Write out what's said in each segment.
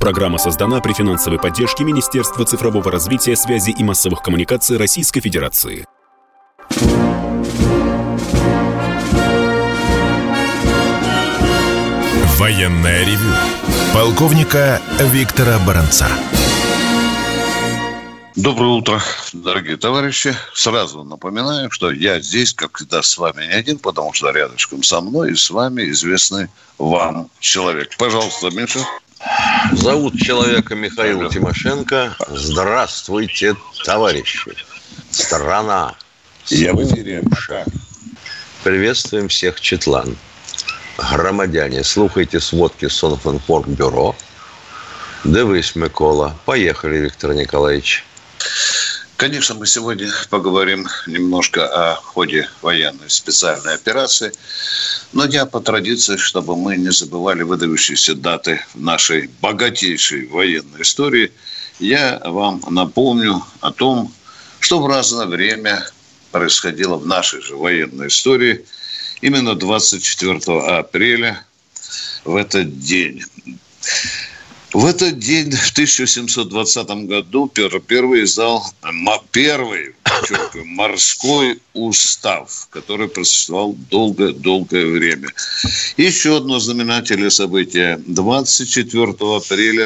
Программа создана при финансовой поддержке Министерства цифрового развития, связи и массовых коммуникаций Российской Федерации. Военное ревю полковника Виктора Баранца. Доброе утро, дорогие товарищи. Сразу напоминаю, что я здесь, как всегда, с вами не один, потому что рядышком со мной и с вами известный вам человек. Пожалуйста, Миша. Зовут человека Михаил Тимошенко. Здравствуйте, товарищи. Страна. Я в эфире. Приветствуем всех читлан. Громадяне, слухайте сводки Социнформбюро. Дивись, Микола. Поехали, Виктор Николаевич. Конечно, мы сегодня поговорим немножко о ходе военной специальной операции. Но я по традиции, чтобы мы не забывали выдающиеся даты нашей богатейшей военной истории, я вам напомню о том, что в разное время происходило в нашей же военной истории именно 24 апреля в этот день. В этот день, в 1720 году, первый издал морской устав, который просуществовал долгое время. Еще одно знаменательное событие. 24 апреля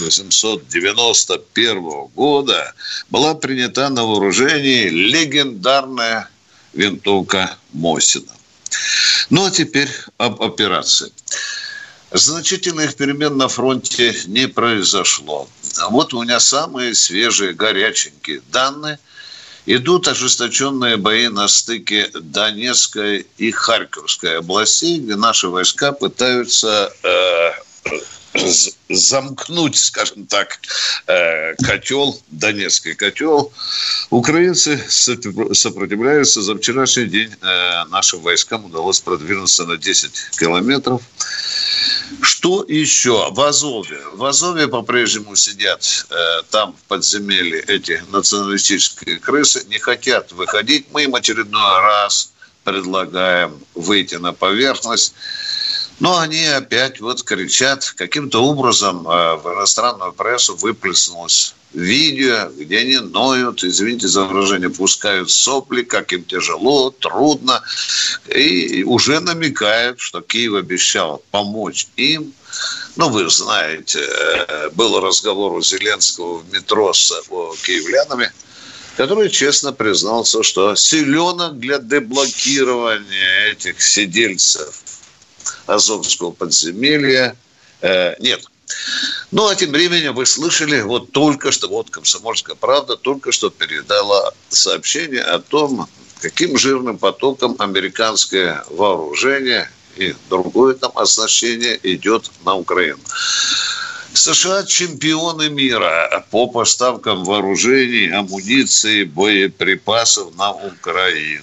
1891 года была принята на вооружение легендарная винтовка Мосина. Ну, а теперь об операции. Значительных перемен на фронте не произошло. Вот у меня самые свежие, горяченькие данные. Идут ожесточенные бои на стыке Донецкой и Харьковской областей, где наши войска пытаются замкнуть, скажем так, котел, Донецкий котел. Украинцы сопротивляются. За вчерашний день нашим войскам удалось продвинуться на 10 километров. Что еще? В Азове. В Азове по-прежнему сидят там в подземелье эти националистические крысы, не хотят выходить. Мы им очередной раз предлагаем выйти на поверхность. Но они опять вот кричат. Каким-то образом в иностранную прессу выплеснулось видео, где они ноют, извините за выражение, пускают сопли, как им тяжело, трудно. И уже намекают, что Киев обещал помочь им. Ну, вы знаете, был разговор у Зеленского в метро с киевлянами, который честно признался, что силенок для деблокирования этих сидельцев Азовского подземелья нет. Ну, а тем временем вы слышали, вот только что, вот «Комсомольская правда» только что передала сообщение о том, каким жирным потоком американское вооружение и другое там оснащение идет на Украину. США чемпионы мира по поставкам вооружений, амуниции, боеприпасов на Украину.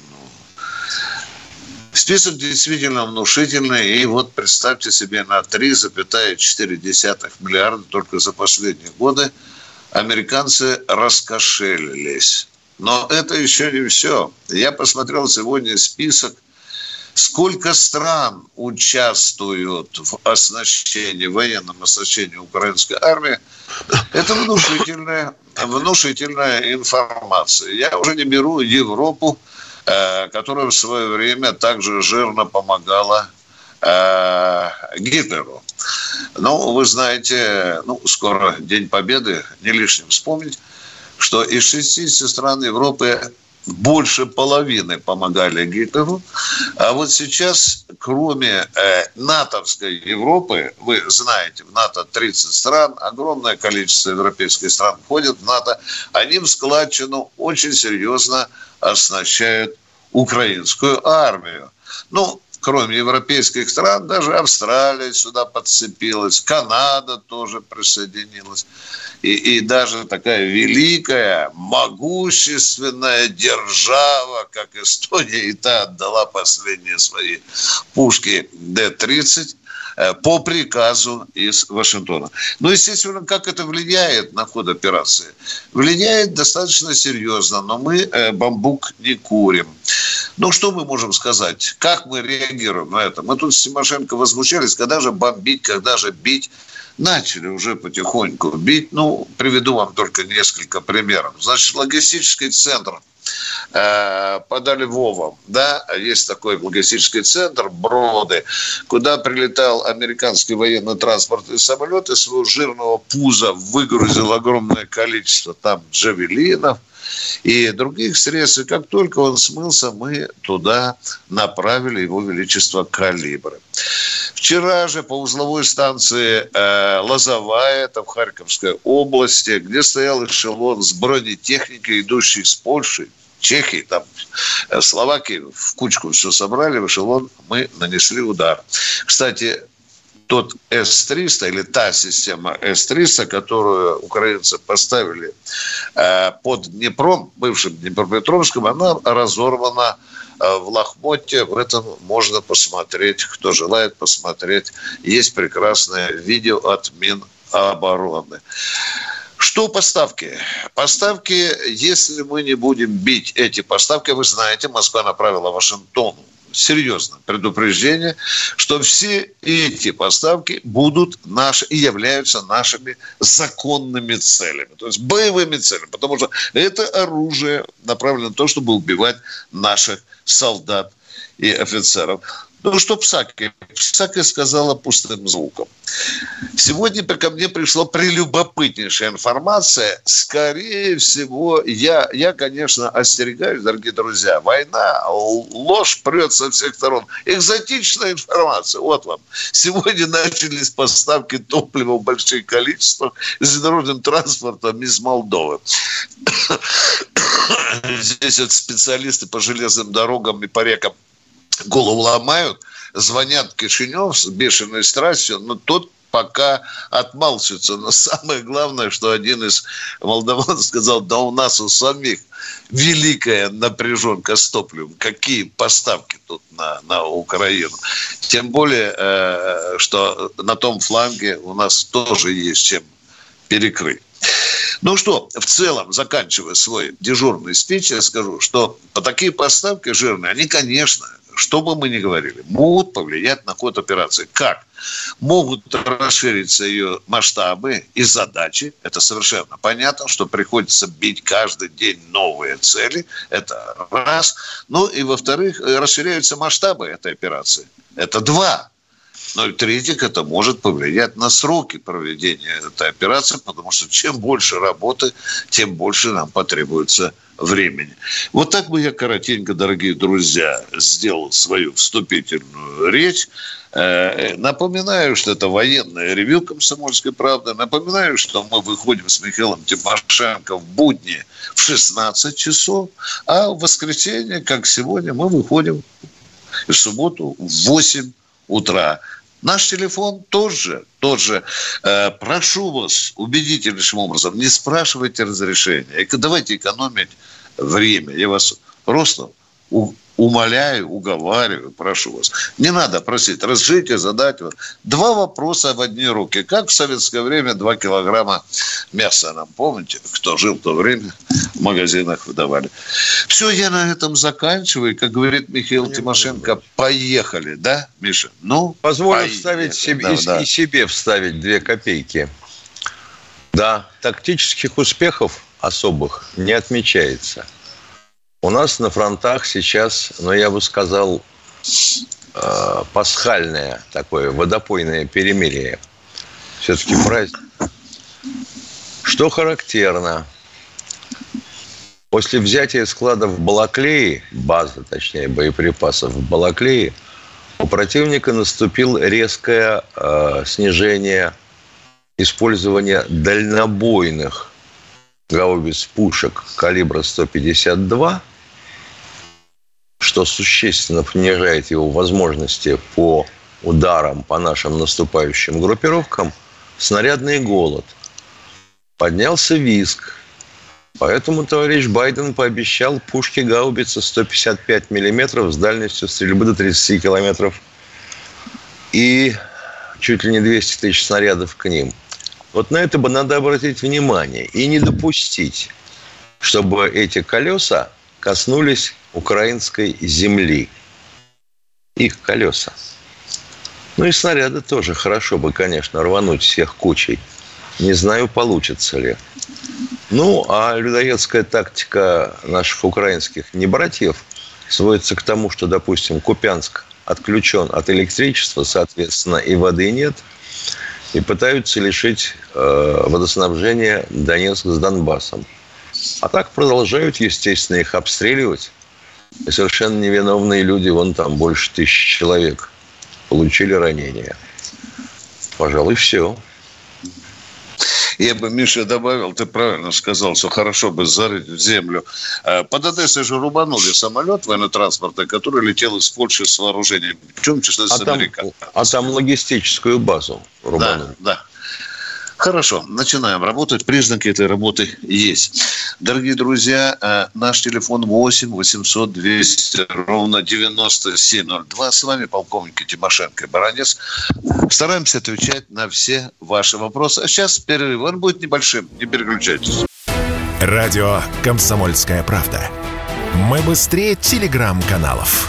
Список действительно внушительный. И вот представьте себе, на 3,4 миллиарда только за последние годы американцы раскошелились. Но это еще не все. Я посмотрел сегодня список, сколько стран участвуют в оснащении, военном оснащении украинской армии. Это внушительная информация. Я уже не беру Европу, которая в свое время также жирно помогала Гитлеру. Но вы знаете, скоро День Победы, не лишним вспомнить, что из 60 стран Европы больше половины помогали Гитлеру. А вот сейчас, кроме натовской Европы, вы знаете, в НАТО 30 стран, огромное количество европейских стран входят в НАТО, они в складчину очень серьезно оснащают украинскую армию. Кроме европейских стран, даже Австралия сюда подцепилась, Канада тоже присоединилась. И даже такая великая, могущественная держава, как Эстония, и та отдала последние свои пушки Д-30 по приказу из Вашингтона. Естественно, как это влияет на ход операции? Влияет достаточно серьезно, но мы бамбук не курим. Что мы можем сказать? Как мы реагируем на это? Мы тут с Тимошенко возмущались, когда же бомбить, когда же бить. начали уже потихоньку бить. Приведу вам только несколько примеров. Значит, логистический центр под Львовом, да, есть такой логистический центр Броды, куда прилетал американский военно-транспортный самолет, из своего жирного пуза выгрузил огромное количество там джавелинов и других средств. И как только он смылся, мы туда направили его величество калибры. Вчера же по узловой станции Лозовая, это в Харьковской области, где стоял эшелон с бронетехникой, идущей из Польши, Чехии, там, Словакии, в кучку все собрали, в эшелон мы нанесли удар. Кстати, тот С-300 или та система С-300, которую украинцы поставили под Днепром, бывшим Днепропетровском, она разорвана в лохмотье. В этом можно посмотреть, кто желает посмотреть. Есть прекрасное видео от Минобороны. Что поставки? Поставки, если мы не будем бить эти поставки, вы знаете, Москва направила Вашингтону серьезное предупреждение, что все эти поставки будут наши и являются нашими законными целями, то есть боевыми целями, потому что это оружие направлено на то, чтобы убивать наших солдат и офицеров. Что Псаки? Псаки сказала пустым звуком. Сегодня ко мне пришла прелюбопытнейшая информация. Скорее всего, я, конечно, остерегаюсь, дорогие друзья. Война, ложь прет со всех сторон. Экзотичная информация. Вот вам. Сегодня начались поставки топлива в больших количествах железнодорожным транспортом из Молдовы. Здесь вот специалисты по железным дорогам и по рекам голову ломают, звонят в Кишинев с бешеной страстью, но тот пока отмалчивается. Но самое главное, что один из молдаван сказал, да у нас у самих великая напряженка с топливом. Какие поставки тут на Украину. Тем более, что на том фланге у нас тоже есть чем перекрыть. В целом, заканчивая свой дежурный спич, я скажу, что такие поставки жирные, они, конечно, что бы мы ни говорили, могут повлиять на ход операции. Как? Могут расшириться ее масштабы и задачи. Это совершенно понятно, что приходится бить каждый день новые цели. Это раз. И, во-вторых, расширяются масштабы этой операции. Это два. И в-третьих, это может повлиять на сроки проведения этой операции, потому что чем больше работы, тем больше нам потребуется времени. Вот так бы я коротенько, дорогие друзья, сделал свою вступительную речь. Напоминаю, что это военное ревью «Комсомольской правды». Напоминаю, что мы выходим с Михаилом Тимошенко в будни в 16 часов, а в воскресенье, как сегодня, мы выходим в субботу в 8 утра. Наш телефон тоже. Прошу вас убедительнейшим образом, не спрашивайте разрешения. Давайте экономить время. Я вас просто умоляю, уговариваю, прошу вас. Не надо просить, разрешите задать. 2 вопроса в одни руки. Как в советское время 2 килограмма мяса нам, помните, кто жил в то время, в магазинах выдавали. Все, я на этом заканчиваю. Как говорит Михаил Тимошенко, поехали, да, Миша? Позволю вставить себе вставить 2 копейки. Да, тактических успехов особых не отмечается. У нас на фронтах сейчас, я бы сказал, пасхальное такое водопойное перемирие. Все-таки праздник. Что характерно, после взятия складов в Балаклее, базы, точнее, боеприпасов в Балаклее, у противника наступило резкое снижение использования дальнобойных гаубиц пушек калибра 152, что существенно понижает его возможности по ударам по нашим наступающим группировкам, снарядный голод. Поднялся визг. Поэтому товарищ Байден пообещал пушки гаубицы 155 миллиметров с дальностью стрельбы до 30 километров и чуть ли не 200 тысяч снарядов к ним. Вот на это бы надо обратить внимание и не допустить, чтобы эти колеса коснулись украинской земли. Их колеса. Ну и снаряды тоже хорошо бы, конечно, рвануть всех кучей. Не знаю, получится ли. Ну, а людоедская тактика наших украинских небратьев сводится к тому, что, допустим, Купянск отключен от электричества, соответственно, и воды нет, и пытаются лишить водоснабжения Донецк с Донбассом. А так продолжают, естественно, их обстреливать. И совершенно невиновные люди, вон там больше 1000 человек, получили ранения. Пожалуй, все. Я бы, Миша, добавил, ты правильно сказал, что хорошо бы зарыть в землю. Под Одессой же рубанули самолет военно-транспортный, который летел из Польши с вооружением, в чем числе с американцами. А там логистическую базу рубанули. Да. Хорошо, начинаем работать. Признаки этой работы есть. Дорогие друзья, наш телефон 8 800 200 ровно 9702. С вами полковники Тимошенко и Баранец. Стараемся отвечать на все ваши вопросы. А сейчас перерыв. Он будет небольшим. Не переключайтесь. Радио «Комсомольская правда». Мы быстрее телеграм-каналов.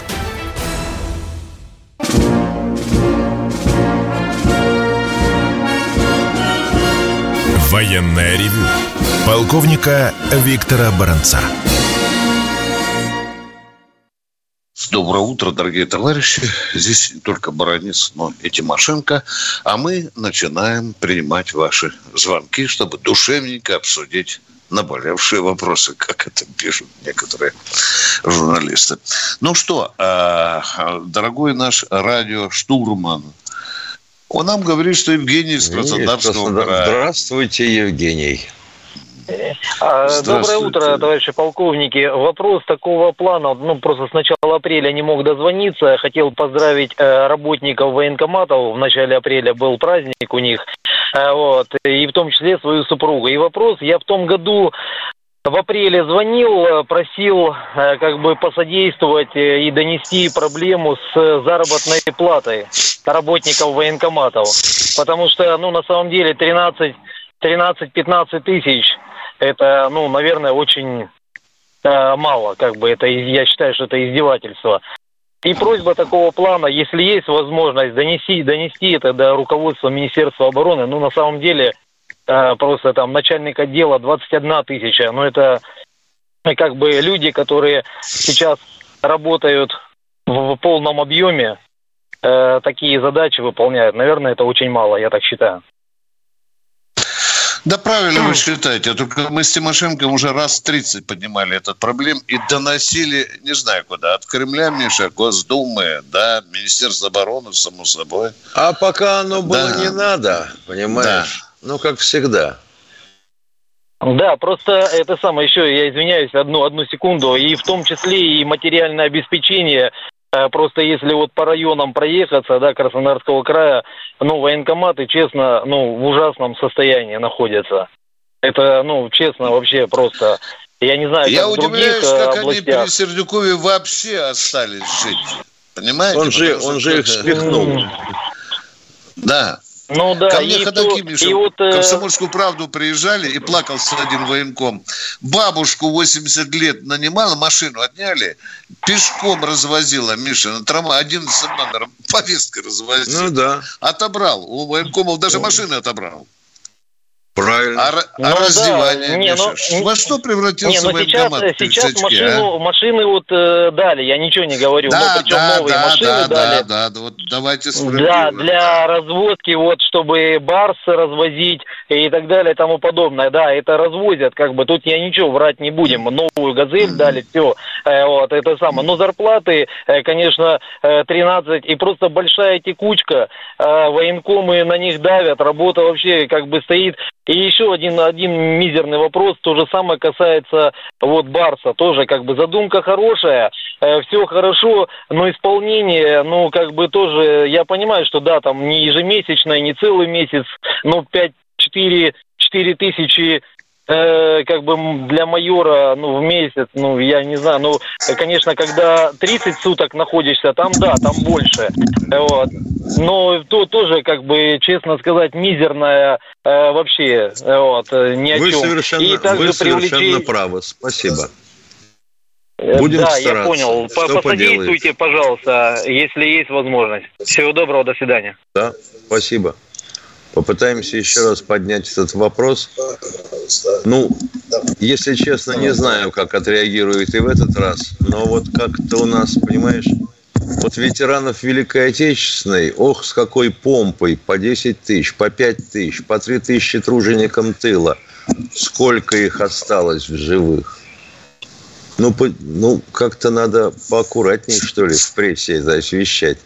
Военное ревю полковника Виктора Баранца. Доброе утро, дорогие товарищи. Здесь не только Баранец, но и Тимошенко. А мы начинаем принимать ваши звонки, чтобы душевненько обсудить наболевшие вопросы, как это пишут некоторые журналисты. Ну что, дорогой наш радиоштурман, он нам говорит, что Евгений из Краснодарского края. Здравствуйте, Евгений. Доброе утро, товарищи полковники. Вопрос такого плана. Просто с начала апреля не мог дозвониться. Хотел поздравить работников военкоматов. В начале апреля был праздник у них. И в том числе свою супругу. И вопрос, я в том году в апреле звонил, просил посодействовать и донести проблему с заработной платой работников военкоматов. Потому что, на самом деле 13-15 тысяч это, наверное, очень мало. Это, я считаю, что это издевательство. И просьба такого плана, если есть возможность донести это до руководства Министерства обороны, на самом деле просто там начальник отдела 21 тысяча. Это люди, которые сейчас работают в полном объеме, такие задачи выполняют. Наверное, это очень мало, я так считаю. Да, правильно вы считаете. Только мы с Тимошенко уже раз 30 поднимали этот проблем и доносили, не знаю куда, от Кремля, Миша, Госдумы, да, Министерство обороны, само собой. А пока оно было не надо, понимаешь? Да. Как всегда. Да, просто это самое еще, я извиняюсь, одну секунду, и в том числе и материальное обеспечение. Просто если по районам проехаться, Краснодарского края, военкоматы, честно, в ужасном состоянии находятся. Это, честно, вообще просто, я не знаю, я как в других областях. Я удивляюсь, как они при Сердюкове вообще остались жить. Понимаете? Он же их спихнул. Да. Да, ко мне ходаки, Миша, в «Комсомольскую правду» приезжали, и плакался один военком. Бабушку 80 лет нанимала, машину отняли, пешком развозила, Миша, на трамвай, 11 номером, повесткой развозил. Отобрал, у военкомов даже машины отобрал. Правильно. Раздевание, Миша? Во что превратился военкомат? Сейчас машины дали, я ничего не говорю. Новые машины дали. Да, давайте справедливо. Для развозки, чтобы барс развозить и так далее и тому подобное. Да, это развозят, тут я ничего врать не будем. Новую «Газель» дали, все. Это самое. Но зарплаты, конечно, 13, и просто большая текучка. Военкомы на них давят, работа вообще стоит. И еще один мизерный вопрос, то же самое касается барса. Тоже задумка хорошая, все хорошо, но исполнение, тоже, я понимаю, что там не ежемесячное, не целый месяц, 5-4 тысячи для майора, в месяц, я не знаю, конечно, когда 30 суток находишься, там больше, но то тоже, честно сказать, мизерная вообще, ни о чем. Вы совершенно правы, спасибо. Будем да, стараться. я понял. Что Посодействуйте, пожалуйста, если есть возможность. Всего доброго, до свидания. Да, спасибо. Попытаемся еще раз поднять этот вопрос. Ну, если честно, не знаю, как отреагирует и в этот раз. Но вот как-то у нас, понимаешь, вот ветеранов Великой Отечественной, ох, с какой помпой, по 10 тысяч, по 5 тысяч, по 3 тысячи труженикам тыла. Сколько их осталось в живых? Ну, как-то надо поаккуратнее, что ли, в прессе это освещать.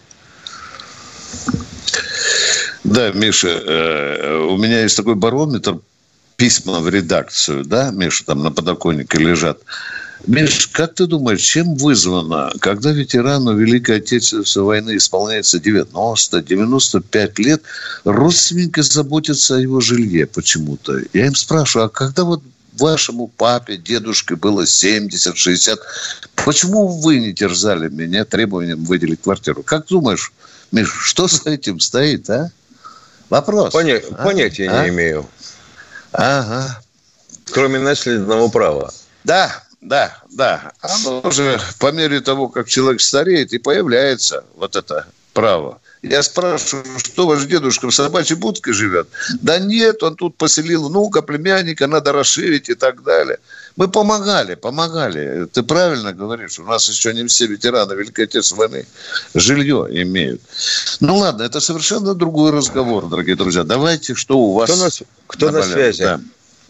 Да, Миша, у меня есть такой барометр, письма в редакцию, да, Миша, там на подоконнике лежат. Миш, как ты думаешь, чем вызвано, когда ветерану Великой Отечественной войны исполняется 90-95 лет, родственники заботятся о его жилье почему-то? Я им спрашиваю, а когда вот вашему папе, дедушке было 70-60, почему вы не терзали меня требованием выделить квартиру? Как думаешь, Миш, что за этим стоит, а? Вопрос. Понятия не имею. Ага. Кроме наследного права. Да. Оно же по мере того, как человек стареет, и появляется вот это право. Я спрашиваю, что ваш дедушка в собачьей будке живет? Да нет, он тут поселил внука, племянника, надо расширить и так далее. Мы помогали. Ты правильно говоришь, у нас еще не все ветераны Великой Отечественной войны жилье имеют. Ну ладно, это совершенно другой разговор, дорогие друзья. Давайте, что у вас... Кто на связи? Да.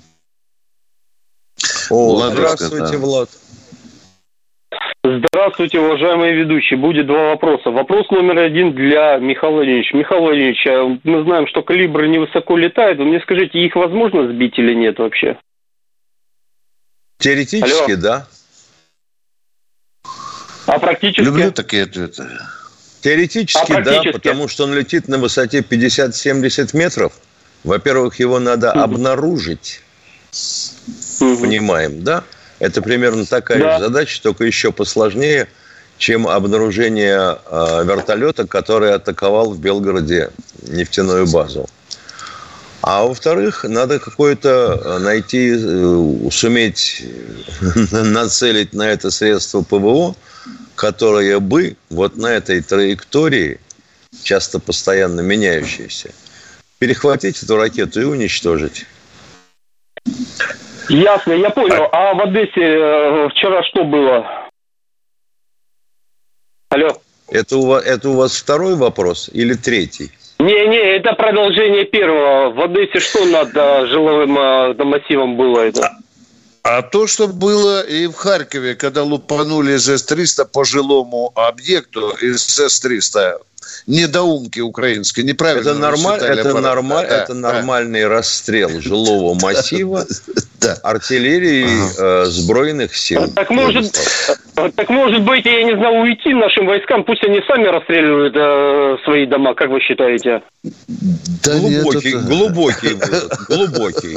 Здравствуйте, Влад. Здравствуйте, уважаемые ведущие. Будет два вопроса. Вопрос номер один для Михаила Владимировича. Михаил Владимирович, мы знаем, что калибры невысоко летают. Вы мне скажите, их возможно сбить или нет вообще? Теоретически, да. А практически? Люблю такие ответы. Теоретически, да, потому что он летит на высоте 50-70 метров. Во-первых, его надо обнаружить. Понимаем, да? Это примерно такая же задача, только еще посложнее, чем обнаружение вертолета, который атаковал в Белгороде нефтяную базу. А во-вторых, надо какое-то найти, суметь нацелить на это средство ПВО, которое бы вот на этой траектории, часто постоянно меняющейся, перехватить эту ракету и уничтожить. Ясно, я понял. А в Одессе вчера что было? Алло. Это у вас второй вопрос или третий? Не, это продолжение первого. В Одессе что над жилым массивом было это? А то, что было и в Харькове, когда лупанули из С-300 по жилому объекту из С-300, недоумки украинские, неправильно это нормальный расстрел жилого массива артиллерии сбройных сил. Так может быть, я не знаю, уйти нашим войскам, пусть они сами расстреливают свои дома, как вы считаете? Да глубокий.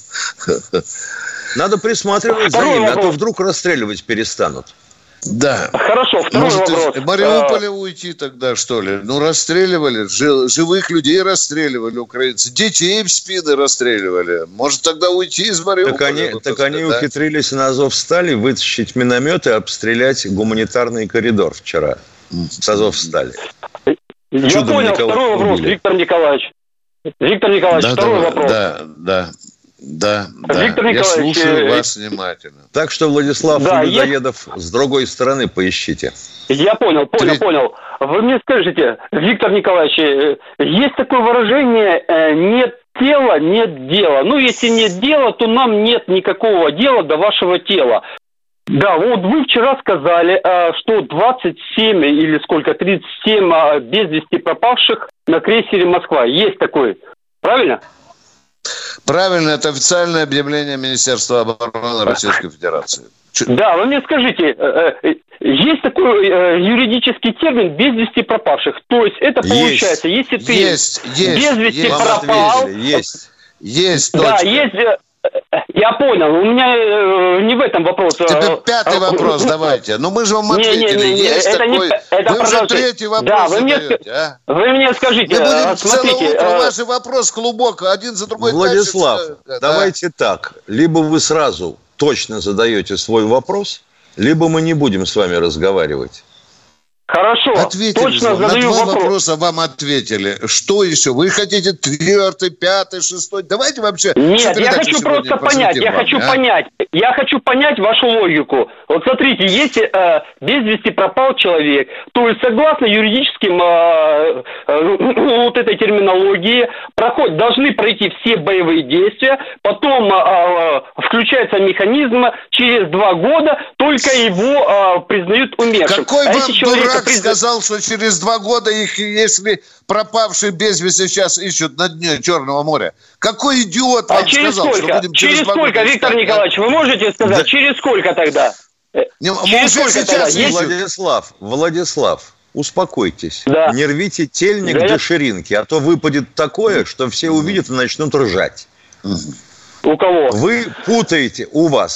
Надо присматривать за ними, а то вдруг расстреливать перестанут. Да. Хорошо, второй вопрос. Из Мариуполя уйти тогда, что ли? Ну, расстреливали. Живых людей расстреливали украинцы. Детей в спины расстреливали. Может, тогда уйти из Мариуполя? Так они ухитрились на Азовстали вытащить миномет и обстрелять гуманитарный коридор вчера. С Азовстали. Я понял. Второй вопрос, Виктор Николаевич. Второй вопрос. Да. Виктор Николаевич, я слушаю вас внимательно. Так что, Владислав Людоедов, с другой стороны поищите. Я понял. Вы мне скажите, Виктор Николаевич, есть такое выражение «нет тела, нет дела». Ну, если нет дела, то нам нет никакого дела до вашего тела. Да, вот вы вчера сказали, что 27 или сколько, 37 без вести пропавших на крейсере «Москва». Есть такой, правильно? Правильно, это официальное объявление Министерства обороны Российской Федерации. Да, вы мне скажите, есть такой юридический термин «без вести пропавших». То есть это получается, если ты без вести пропал... Есть, да, есть... Я понял. У меня не в этом вопрос. Теперь пятый вопрос давайте. Ну мы же вам ответили. Есть такой... Вы уже третий вопрос задаете. Вы мне скажите. Мы будем целое утро ваш вопрос клубок один за другой. Владислав, давайте так. Либо вы сразу точно задаете свой вопрос, либо мы не будем с вами разговаривать. Хорошо, ответили, точно на задаю два вопрос. вопроса вам ответили. Что еще? Вы хотите 4-й, 5-й, 6-й? Давайте вообще... Нет, я хочу просто понять, я хочу понять вашу логику. Вот смотрите, если без вести пропал человек, то есть согласно юридическим вот этой терминологии должны пройти все боевые действия, потом включается механизм, через 2 года только его признают умершим. Какой вам дурак сказал, что через 2 года их, если пропавшие без вести сейчас ищут на дне Черного моря? Какой идиот вам сказал, что будем через 2 года? Сколько, Виктор Николаевич, вы можете сказать, Да. через сколько тогда? Через сколько тогда? Владислав, успокойтесь. Да. Не рвите тельник до ширинки, а то выпадет такое, что все увидят и начнут ржать. У кого? Вы путаете,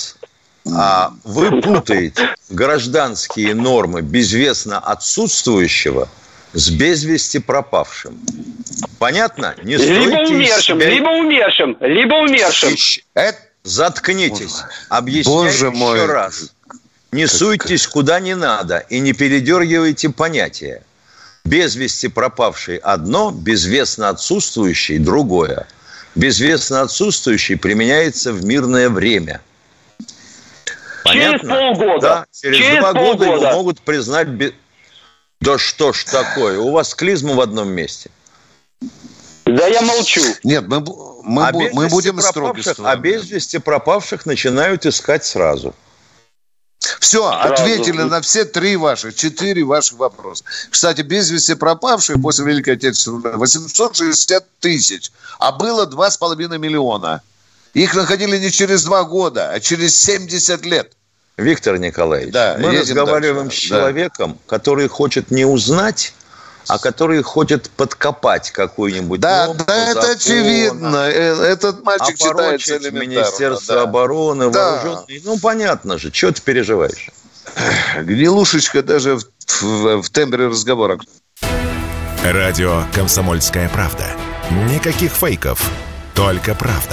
вы путаете гражданские нормы безвестно отсутствующего с без вести пропавшим. Понятно? Не либо умершим. Заткнитесь. Объясняю еще раз. Не суйтесь куда не надо и не передергивайте понятия. Без вести пропавший одно, безвестно отсутствующий другое. Безвестно отсутствующий применяется в мирное время. Понятно? Через полгода. Да, через 2 года его могут признать... Да что ж такое? У вас клизма в одном месте. Да я молчу. Нет, мы будем строги. А без вести пропавших начинают искать сразу. Все, ответили на все 4 ваших вопроса. Кстати, без вести пропавших после Великой Отечественной 860 тысяч, а было 2,5 миллиона. Их находили не через 2 года, а через 70 лет. Виктор Николаевич, мы разговариваем с человеком, который хочет не узнать, а который хочет подкопать какую-нибудь норму, это очевидно. Этот мальчик читается элементарно. Министерство обороны, вооруженные. Ну, понятно же. Чего ты переживаешь? Гнилушечка даже в тембре разговора. Радио «Комсомольская правда». Никаких фейков, только правда.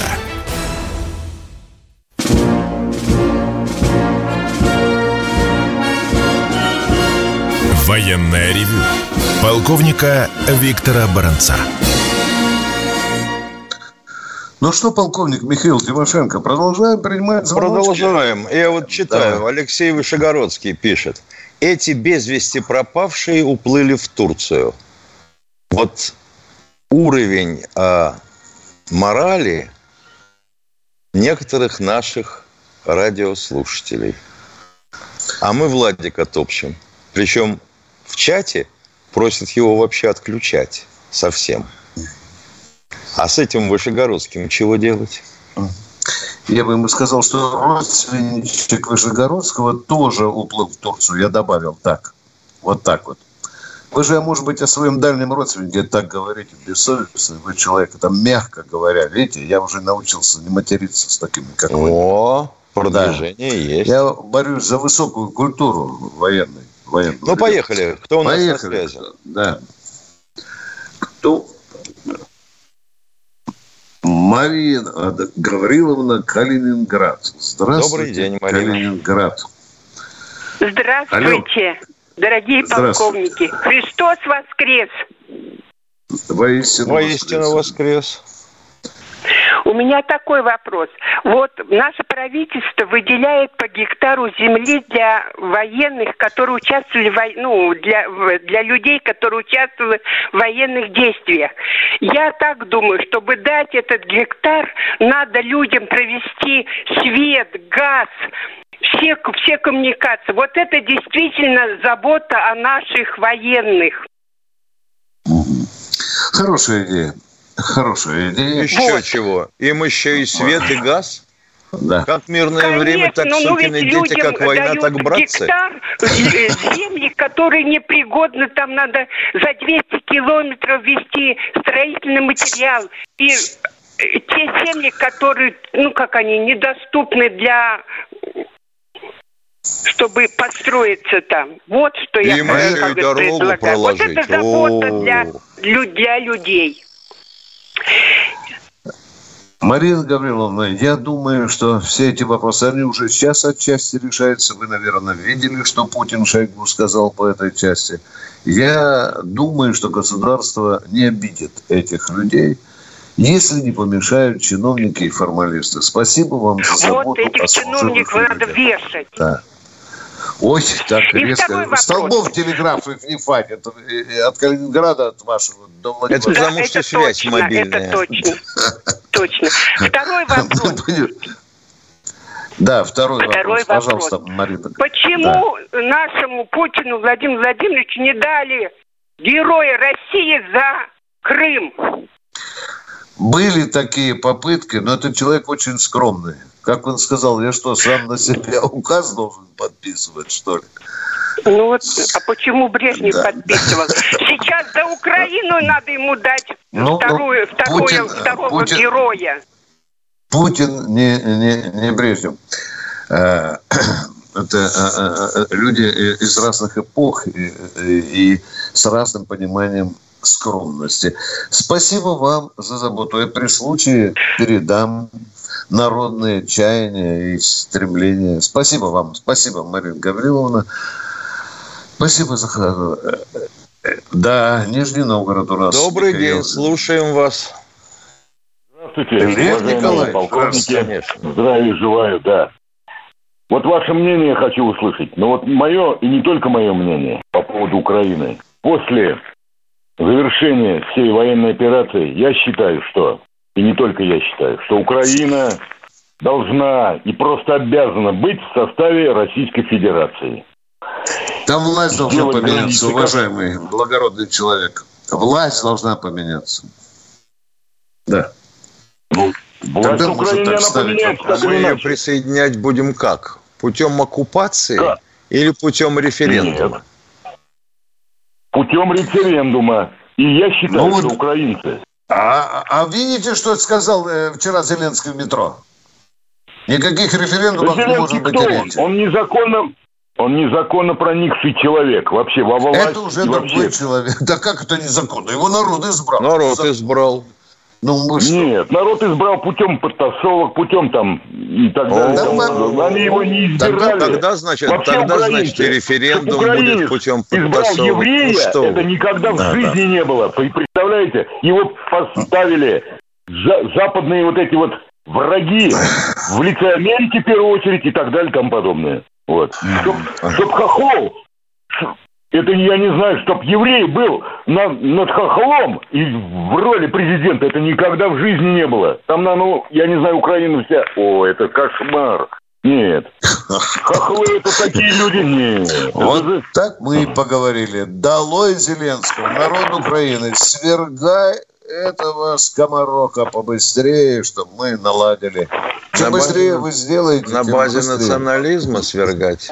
Военное ревю полковника Виктора Баранца. Ну что, полковник Михаил Тимошенко, продолжаем принимать звоночки? Продолжаем. Я вот читаю. Алексей Вышегородский пишет. Эти без вести пропавшие уплыли в Турцию. Вот уровень морали некоторых наших радиослушателей. А мы Владика топчем. Причем в чате просят его вообще отключать совсем. А с этим Вышегородским чего делать? Я бы ему сказал, что родственничек Вышегородского тоже уплыл в Турцию. Я добавил так. Вот так вот. Вы же, может быть, о своем дальнем родственнике так говорите бессовестно. Вы человек, там, мягко говоря. Видите, я уже научился не материться с такими, как вы. О, продвижение есть. Я борюсь за высокую культуру военную. Ну, поехали. Кто у нас на связи? Да. Кто? Мария Гавриловна, Калининград. Здравствуйте. Добрый день, Мария. Калининград. Здравствуйте, дорогие полковники. Христос воскрес! Воистину воскрес. У меня такой вопрос. Вот наше правительство выделяет по гектару земли для военных, которые участвовали для людей, которые участвовали в военных действиях. Я так думаю, чтобы дать этот гектар, надо людям провести свет, газ, все коммуникации. Вот это действительно забота о наших военных. Хорошая идея. Еще чего? Им еще и свет, и газ? Да. Как мирное время, так сукины дети, как война, так братцы. Гектар, земли, которые непригодны, там надо за 200 километров везти строительный материал. И те земли, которые, они недоступны для... чтобы построиться там. Вот что я предлагаю. Вот это забота для людей. Марина Гавриловна, я думаю, что все эти вопросы, они уже сейчас отчасти решаются. Вы, наверное, видели, что Путин Шойгу сказал по этой части. Я думаю, что государство не обидит этих людей, если не помешают чиновники и формалисты. Спасибо вам за заботу. Вот этих чиновников надо вешать. Да. Ой, так и резко. Столбов телеграфных не хватит. От Калининграда, от вашего до Владивостока. Это потому что связь точно, мобильная. Это точно. Точно. Второй вопрос. Да, второй вопрос. Пожалуйста, Марина. Почему нашему Путину Владимиру Владимировичу не дали Героя России за Крым? Были такие попытки, но этот человек очень скромный. Как он сказал, я что, сам на себя указ должен подписывать, что ли? Ну вот, а почему Брежнев подписывал? Сейчас за Украину надо ему дать второго героя. Путин не Брежнев. Это люди из разных эпох и с разным пониманием скромности. Спасибо вам за заботу. Я при случае передам народные чаяния и стремления. Спасибо вам. Спасибо, Марина Гавриловна. Спасибо за... Да, Нижний Новгород у нас. Добрый Михаил. день, слушаем вас. Здравствуйте, Николай. полковники. Здравия желаю, да. Вот ваше мнение хочу услышать. Но вот мое, и не только мое мнение по поводу Украины. После завершения всей военной операции я считаю, что, и не только я считаю, что Украина должна и просто обязана быть в составе Российской Федерации. Там власть должна поменяться, уважаемый благородный человек. Власть должна поменяться. Да. Власть Украины, она поменяется. Мы ее присоединять будем как? Путем оккупации или путем референдума? Нет. Путем референдума. И я считаю, что украинцы... А видите, что сказал вчера Зеленский в метро? Никаких референдумов не может быть и речи. Он незаконно проникший человек. Вообще, во власть. Это уже другой человек. Да как это незаконно? Его народ избрал. Народ избрал. Нет, народ избрал путем подтасовок, путем там и так далее. Они его не избирали. Тогда значит, и референдум будет путем подтасовок. Избрал еврея, это никогда в жизни не было. Представляете? Его поставили западные вот эти вот враги в лице Америки в первую очередь и так далее и тому подобное. Вот. Чтоб хохол, это я не знаю, чтоб еврей был над хохлом и в роли президента, это никогда в жизни не было. Там, я не знаю, Украина вся... О, это кошмар. Нет. Хохлы это такие люди. Нет. Вот так мы и поговорили. Долой Зеленского, народ Украины, свергай этого скомороха побыстрее, чтобы мы наладили. Чем быстрее вы сделаете, на базе национализма свергать.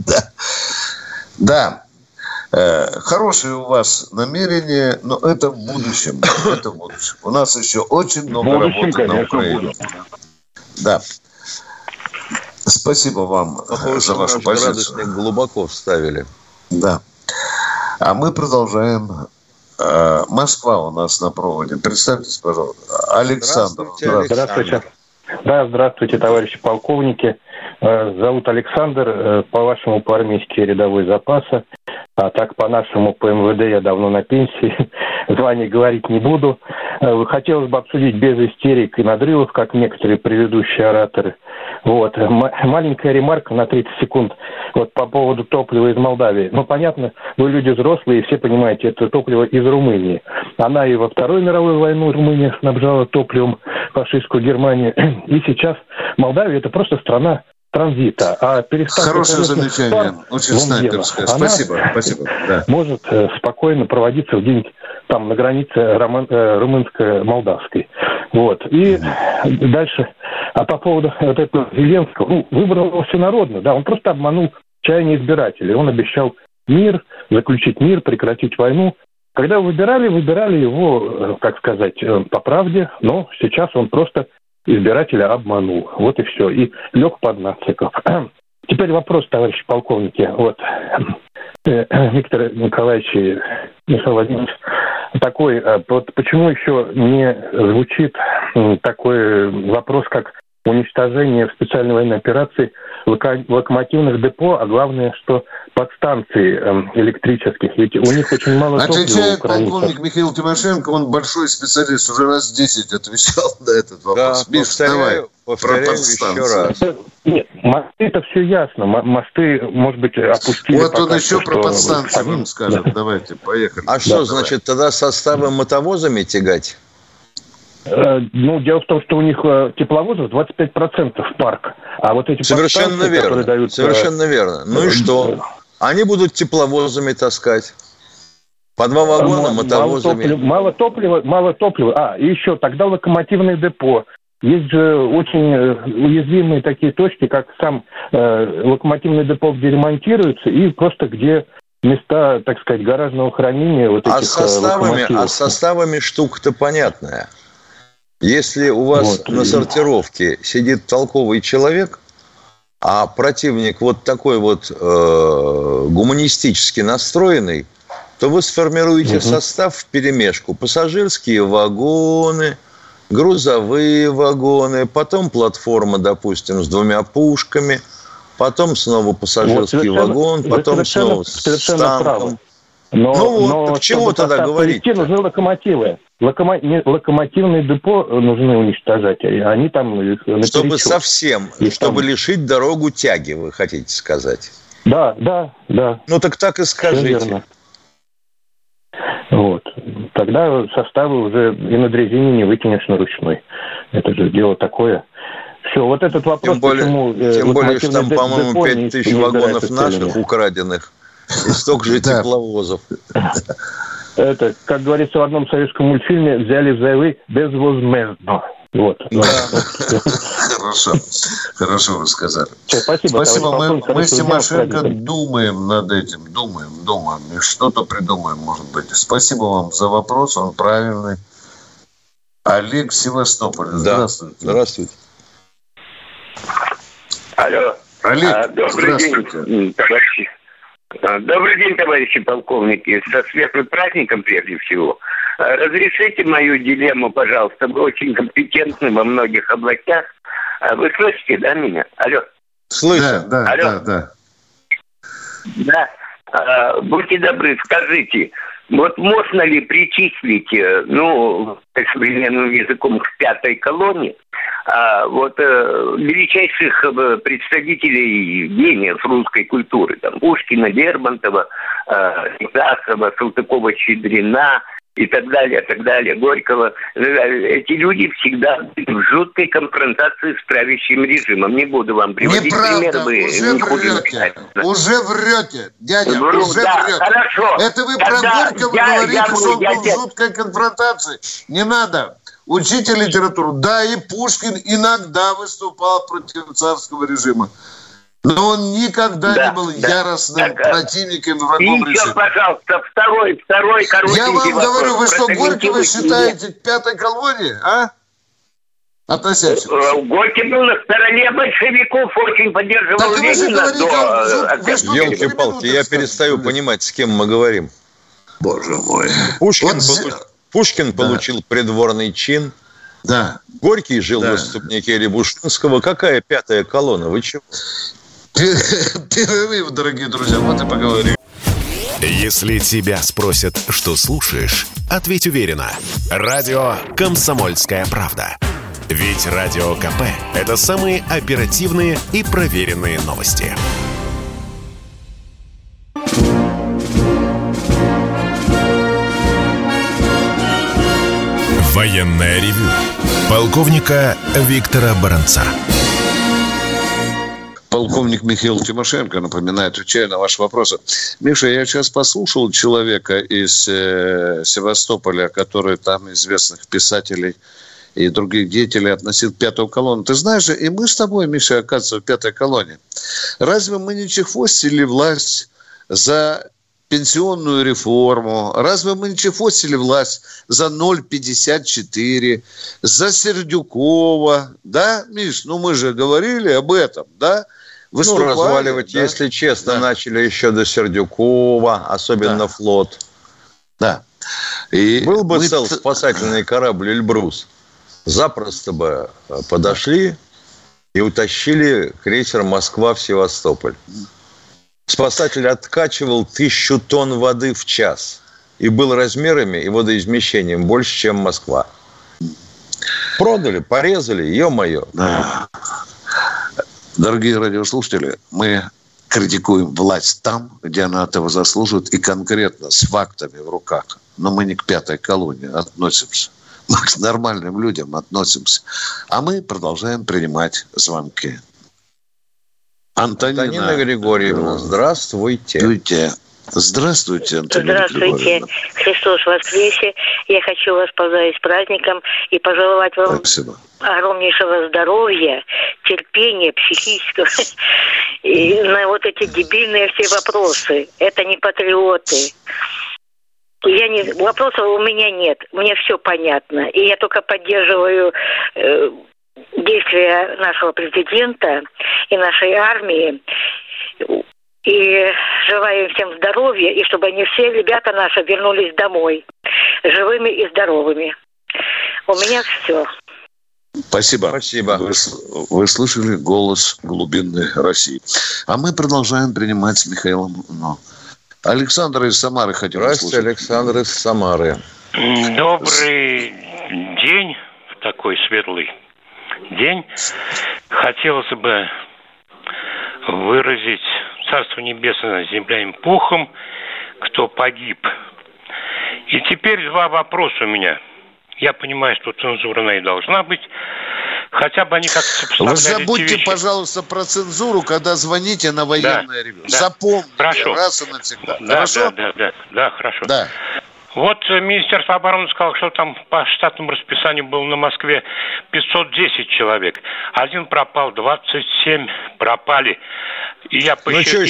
Да. Хорошие у вас намерения, но это в будущем. Это в будущем. У нас еще очень много работы на Украине. Да. Спасибо вам за вашу позицию. Градусник глубоко вставили. Да. А мы продолжаем. Москва у нас на проводе. Представьтесь, пожалуйста. Александр. Здравствуйте. Да, здравствуйте, товарищи полковники. Зовут Александр. По-вашему, по-армейски рядовой запаса. А так, по-нашему, по МВД я давно на пенсии. Звание говорить не буду. Хотелось бы обсудить без истерик и надрывов, как некоторые предыдущие ораторы. Вот. Маленькая ремарка на 30 секунд вот по поводу топлива из Молдавии. Ну, понятно, вы люди взрослые, все понимаете, это топливо из Румынии. Она и во Вторую мировую войну Румыния снабжала топливом фашистскую Германию. И сейчас Молдавия – это просто страна транзита. А хорошее замечание, очень снайперское. Спасибо. Да. Может спокойно проводиться где-нибудь там на границе румынско-молдавской. Вот. И дальше. А по поводу вот этого Зеленского, выбрал его всенародно, да, он просто обманул чаяние избирателей. Он обещал мир, заключить мир, прекратить войну. Когда выбирали его, как сказать, по правде, но сейчас он просто избирателя обманул. Вот и все. И лег под нациков. Теперь вопрос, товарищи полковники. Вот, Виктор Николаевич и Михаил Владимирович, такой, вот почему еще не звучит такой вопрос, как уничтожение в специальной военной операции локомотивных депо, а главное, что подстанций электрических. Ведь у них очень мало топлива. Отвечает полковник Михаил Тимошенко, он большой специалист, уже раз 10 отвечал на этот вопрос. Да, Миш, давай повторяю еще раз. Нет, мосты-то все ясно. Мосты, может быть, опустили. Вот он еще про подстанции вам скажет. Да. Давайте, поехали. А что, значит, тогда составы мотовозами тягать? Дело в том, что у них тепловозов 25% парк. А вот эти совершенно верно, которые дают... Совершенно верно. Ну и что? Они будут тепловозами таскать. По 2 вагона мотовозами. Мало топлива. И еще тогда локомотивное депо. Есть же очень уязвимые такие точки, как сам локомотивный депо, где ремонтируется, и просто где места, так сказать, гаражного хранения вот этих локомотивов. А с составами штука-то понятная. Если у вас на сортировке сидит толковый человек, а противник вот такой вот гуманистически настроенный, то вы сформируете состав вперемешку. Пассажирские вагоны, грузовые вагоны, потом платформа, допустим, с 2 пушками, потом снова пассажирский вагон, потом снова с танком. Но так чего тогда говорить? Нужны локомотивы. Локомотивные депо нужно уничтожать, они там наперечет. Чтобы совсем, чтобы лишить дорогу тяги, вы хотите сказать? Да. Ну так и скажите. Вот. Тогда составы уже и на дрезине не выкинешь на ручной. Это же дело такое. Все, вот этот вопрос, тем более, что там, по-моему, 5000 вагонов наших украденных и столько же тепловозов. Это, как говорится в одном советском мультфильме, взяли взаймы безвозмездно. Вот. Хорошо вы сказали. Спасибо. Мы с Тимошенко думаем над этим, думаем. И что-то придумаем, может быть. Спасибо вам за вопрос, он правильный. Олег, Севастополь. Здравствуйте. Здравствуйте. Алло. Олег, добрый день, товарищи. Добрый день, товарищи полковники. Со светлым праздником, прежде всего. Разрешите мою дилемму, пожалуйста. Вы очень компетентны во многих областях. Вы слышите, да, меня? Алло. Слышу. Да. Да. Будьте добры, скажите, вот можно ли причислить, современным языком, к 5-й колонне, величайших представителей гениев русской культуры, там, Пушкина, Лермонтова, Некрасова, Салтыкова-Щедрина и так далее, Горького. Эти люди всегда в жуткой конфронтации с правящим режимом. Не буду вам приводить примеры. Уже врете, дядя, врете. Хорошо. Это вы про Горького говорите, что он был в жуткой конфронтации. Не надо. Учите литературу. Да, и Пушкин иногда выступал против царского режима. Но он никогда не был яростным противником врагом режима. Еще, пожалуйста, второй коротенький Я вам вопрос. говорю, вы что, Горького считаете 5-й колонии, а? Относящимся. Горький был на стороне большевиков, очень поддерживал Ленина. Елки-палки, я перестаю понимать, с кем мы говорим. Боже мой. Пушкин получил придворный чин. Да. Горький жил в отступнике Рябушинского. Какая 5-я колонна? Вы чего? Перерыв, дорогие друзья. Вот и поговорим. Если тебя спросят, что слушаешь, ответь уверенно. Радио «Комсомольская правда». Ведь Радио КП – это самые оперативные и проверенные новости. Военное ревю полковника Виктора Баранца. Полковник Михаил Тимошенко, напоминаю, отвечаю на ваши вопросы. Миша, я сейчас послушал человека из Севастополя, который там известных писателей и других деятелей относил к 5-ю колонну. Ты знаешь же, и мы с тобой, Миша, оказывается, в 5-й колонне. Разве мы не чехвостили власть за пенсионную реформу? Разве мы не чехвостили власть за 0,54, за Сердюкова? Да, Миш, мы же говорили об этом, да? Разваливать, если честно, начали еще до Сердюкова, особенно флот. Да. И был бы цел спасательный корабль «Эльбрус», запросто бы подошли и утащили крейсер «Москва» в Севастополь. Спасатель откачивал 1000 тонн воды в час и был размерами и водоизмещением больше, чем Москва. Продали, порезали, ё-моё. Да. Дорогие радиослушатели, мы критикуем власть там, где она этого заслуживает, и конкретно с фактами в руках. Но мы не к пятой колонии относимся. Мы к нормальным людям относимся. А мы продолжаем принимать звонки. Антонина Григорьевна, здравствуйте. Здравствуйте, Антонина Здравствуйте. Григорьевна. Христос воскресе. Я хочу вас поздравить с праздником и пожелать вам Спасибо. огромнейшего здоровья, терпения психического и на вот эти дебильные все вопросы. Это не патриоты. Вопросов у меня нет. Мне все понятно. И я только поддерживаю действия нашего президента и нашей армии. И желаю им всем здоровья, и чтобы они все, ребята наши, вернулись домой живыми и здоровыми. У меня все. Спасибо. Вы слышали голос глубинной России. А мы продолжаем принимать с Михаилом. Александр из Самары хотел услышать. Здравствуйте, Александр из Самары. Добрый день, такой светлый день. Хотелось бы выразить Царство Небесное земля им пухом, кто погиб. И теперь два вопроса у меня. Я понимаю, что цензура и должна быть. Хотя бы они как-то сопоставляли. Вы забудьте, пожалуйста, про цензуру, когда звоните на военное ревю. Да. Запомните Хорошо. Раз и навсегда. Да, хорошо? Да, хорошо. Да. Вот Министерство обороны сказало, что там по штатному расписанию было на Москве 510 человек. Один пропал, 27 пропали. И я посчитал,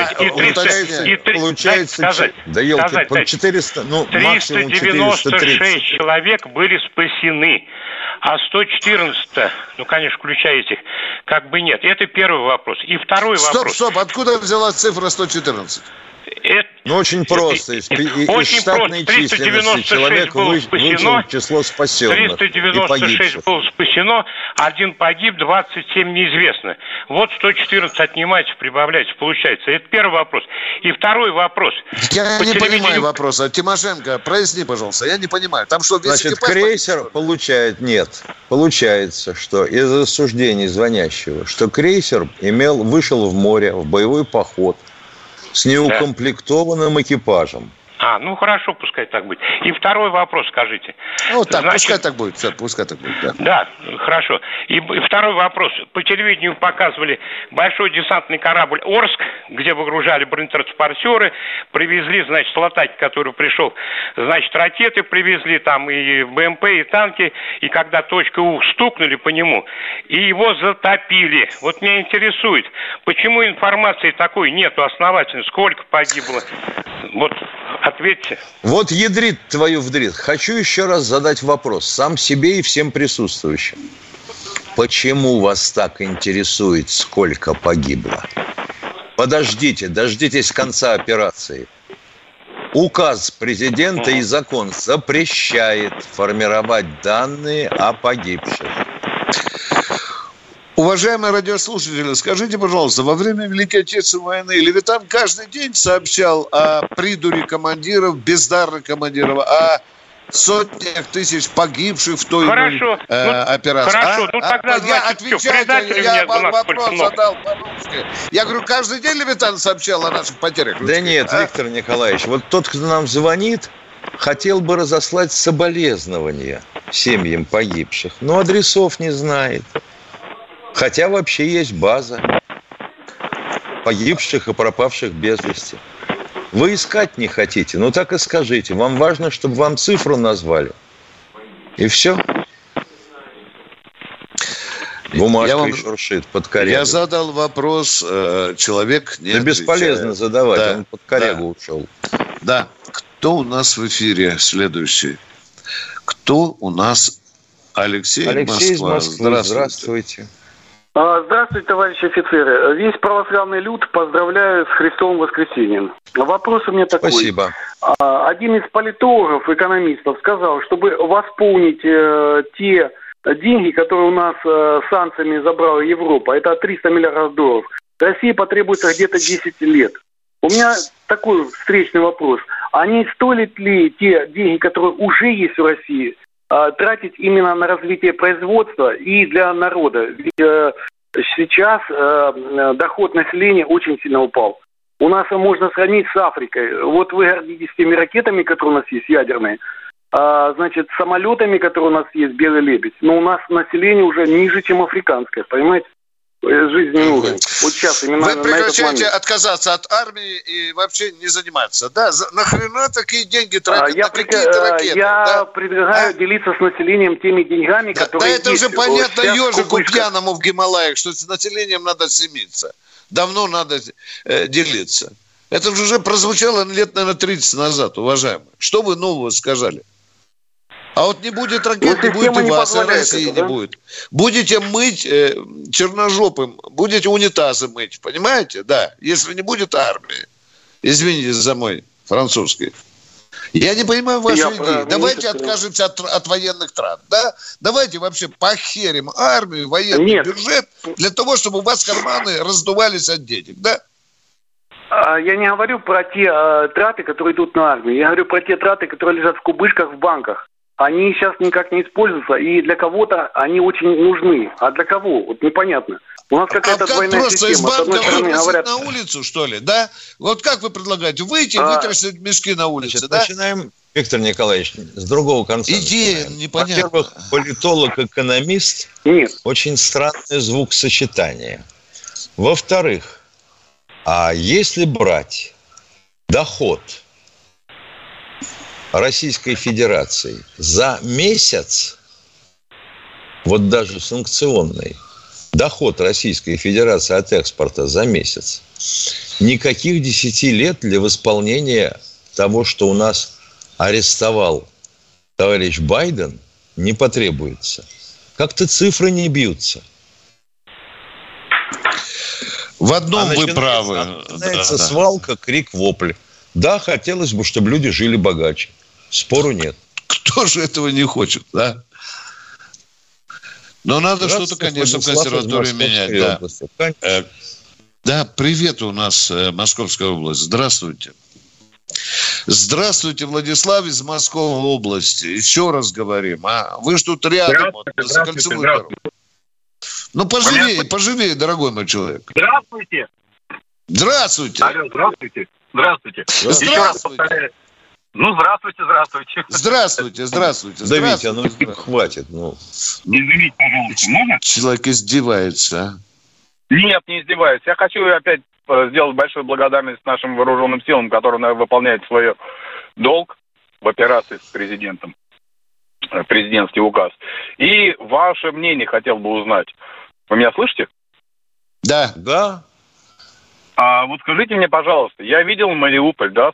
получается, да елки, 400, максимум 396 человек были спасены, а 114, конечно, включая этих, как бы нет. Это первый вопрос. И второй вопрос. Стоп, откуда взялась цифра 114? Очень просто. Из штатной численности человек вычел число спасенных 396 было спасено, один погиб, 27 неизвестно. Вот 114 отнимайте, прибавляйте, получается. Это первый вопрос. И второй вопрос. Я не понимаю вопроса. Тимошенко, проясни, пожалуйста. Я не понимаю. Там что, весь экипаж... крейсер получается, что из рассуждений звонящего, что крейсер вышел в море, в боевой поход с неукомплектованным экипажем. Хорошо, пускай так будет. И второй вопрос, скажите. Пускай так будет. Да, хорошо. И второй вопрос. По телевидению показывали большой десантный корабль «Орск», где выгружали бронетранспортеры, привезли, Латаки, который пришел, ракеты привезли, там и БМП, и танки, и когда точка У стукнули по нему, и его затопили. Вот меня интересует, почему информации такой нету основательной, сколько погибло? Вот ответьте. Вот ядрит твою вдрит. Хочу еще раз задать вопрос сам себе и всем присутствующим. Почему вас так интересует, сколько погибло? Дождитесь конца операции. Указ президента и закон запрещает формировать данные о погибших. Уважаемые радиослушатели, скажите, пожалуйста, во время Великой Отечественной войны Левитан каждый день сообщал о придуре командиров, бездарных командиров, о сотнях тысяч погибших в той операции. Хорошо, тогда я отвечаю, я вопрос задал по-русски. Я говорю, каждый день Левитан сообщал о наших потерях. Да нет, Виктор Николаевич, вот тот, кто нам звонит, хотел бы разослать соболезнования семьям погибших, но адресов не знает. Хотя вообще есть база погибших и пропавших без вести. Вы искать не хотите, так и скажите. Вам важно, чтобы вам цифру назвали. И все. Бумажка шуршит под корягу. Я задал вопрос, человек не отвечает. Бесполезно задавать, он под корягу ушел. Да. Кто у нас в эфире следующий? Кто у нас? Алексей из Москвы. Здравствуйте. Здравствуйте, товарищи офицеры. Весь православный люд поздравляю с Христовым воскресением. Вопрос у меня такой. Спасибо. Один из политологов, экономистов сказал, чтобы восполнить те деньги, которые у нас санкциями забрала Европа, это 300 миллиардов долларов, России потребуется где-то 10 лет. У меня такой встречный вопрос. А не стоит ли те деньги, которые уже есть в России, тратить именно на развитие производства и для народа? Ведь сейчас доход населения очень сильно упал. У нас можно сравнить с Африкой. Вот вы гордитесь теми ракетами, которые у нас есть, ядерные, значит, самолетами, которые у нас есть, «Белый лебедь». Но у нас население уже ниже, чем африканское, понимаете? Жизненный уровень. Вот сейчас именно вы прекращаете на этот момент отказаться от армии и вообще не заниматься, да? Нахрена такие деньги тратить на какие-то ракеты? Я предлагаю делиться с населением теми деньгами, которые есть. Да это уже понятно ежику пьяному в Гималаях, что с населением надо стремиться. Давно надо делиться. Это же уже прозвучало лет, наверное, 30 назад, уважаемые. Что вы нового сказали? А вот не будет ракет, не будет у вас, и России не будет. Будете мыть черножопым, будете унитазы мыть, понимаете? Да, если не будет армии. Извините за мой французский. Я не понимаю вашу идею. Давайте откажемся от военных трат, да? Давайте вообще похерим армию, военный бюджет для того, чтобы у вас карманы раздувались от денег, да? Я не говорю про те траты, которые идут на армию. Я говорю про те траты, которые лежат в кубышках в банках. Они сейчас никак не используются, и для кого-то они очень нужны. А для кого? Вот непонятно. У нас какая-то двойная система. С одной стороны говорят... на улицу, что ли, да? Вот как вы предлагаете? Выйти и вытрясать мешки на улице, значит, да? Начинаем, Виктор Николаевич, с другого конца. Идея непонятна. Во-первых, политолог-экономист очень странное звукосочетание. Во-вторых, а если брать доход Российской Федерации за месяц, вот даже санкционный, доход Российской Федерации от экспорта за месяц, никаких 10 лет для восполнения того, что у нас арестовал товарищ Байден, не потребуется. Как-то цифры не бьются. В одном вы правы. Начинается свалка, крик, вопль. Да, хотелось бы, чтобы люди жили богаче. Спору нет. Кто же этого не хочет, да? Но надо что-то, конечно, в консерватории менять. Да. Да, привет, у нас Московская область. Здравствуйте. Здравствуйте, Владислав из Московской области. Еще раз говорим. Вы ж тут рядом. За кольцевой дорогой. Ну, поживее, дорогой мой человек. Здравствуйте. Здравствуйте. Алло, здравствуйте. Здравствуйте. Здравствуйте. Ну, здравствуйте. Здравствуйте. Да, Витя, ну хватит. Ну. Не извините, пожалуйста, можно? Человек издевается. Нет, не издеваюсь. Я хочу опять сделать большую благодарность нашим вооруженным силам, которые выполняют свой долг в операции с президентом. Президентский указ. И ваше мнение хотел бы узнать. Вы меня слышите? Да. Да. А вот скажите мне, пожалуйста, я видел Мариуполь, да,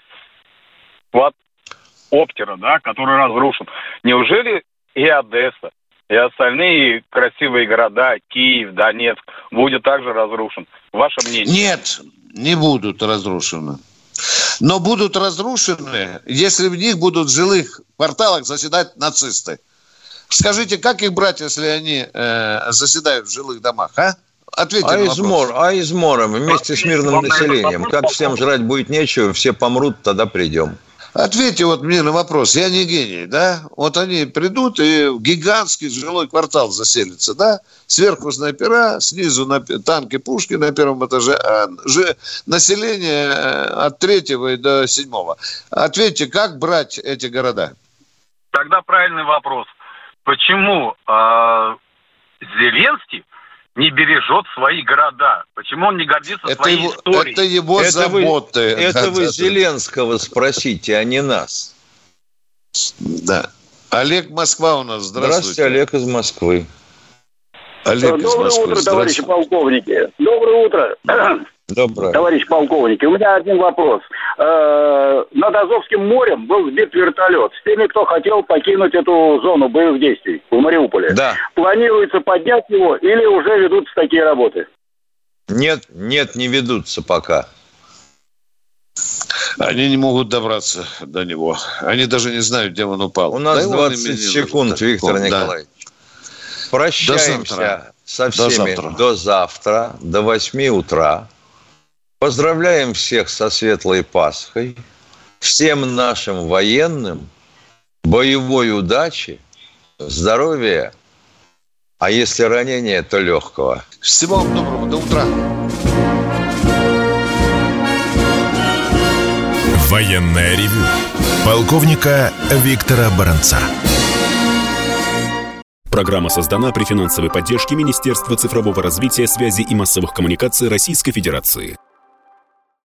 склад Оптера, да, который разрушен. Неужели и Одесса, и остальные красивые города, Киев, Донецк, будет также разрушен? Ваше мнение? Нет, не будут разрушены. Но будут разрушены, если в них будут в жилых кварталах заседать нацисты. Скажите, как их брать, если они заседают в жилых домах, а? Ответьте на вопрос. Измором вместе с мирным населением. Как всем жрать будет нечего, все помрут, тогда придем. Ответьте вот мне на вопрос. Я не гений, да? Вот они придут и в гигантский жилой квартал заселятся, да? Сверху снайпера, снизу танки, пушки на первом этаже, а население от 3 до 7. Ответьте, как брать эти города? Тогда правильный вопрос. Почему Зеленский не бережет свои города? Почему он не гордится своей историей? Это его заботы. Вы Зеленского спросите, а не нас. Да. Олег, Москва у нас. Здравствуйте, Олег из Москвы. Доброе утро, товарищи полковники. Доброе утро. Доброе. Товарищ полковник, у меня один вопрос. Над Азовским морем был сбит вертолет с теми, кто хотел покинуть эту зону боевых действий в Мариуполе. Да. Планируется поднять его или уже ведутся такие работы? Нет, не ведутся пока. Они не могут добраться до него. Они даже не знают, где он упал. У нас 20 секунд, Виктор Николаевич. Прощаемся со всеми до завтра, до 8 утра. Поздравляем всех со Светлой Пасхой. Всем нашим военным боевой удачи, здоровья, а если ранение, то легкого. Всего вам доброго, до утра. Военное ревю полковника Виктора Баранца. Программа создана при финансовой поддержке Министерства цифрового развития, связи и массовых коммуникаций Российской Федерации.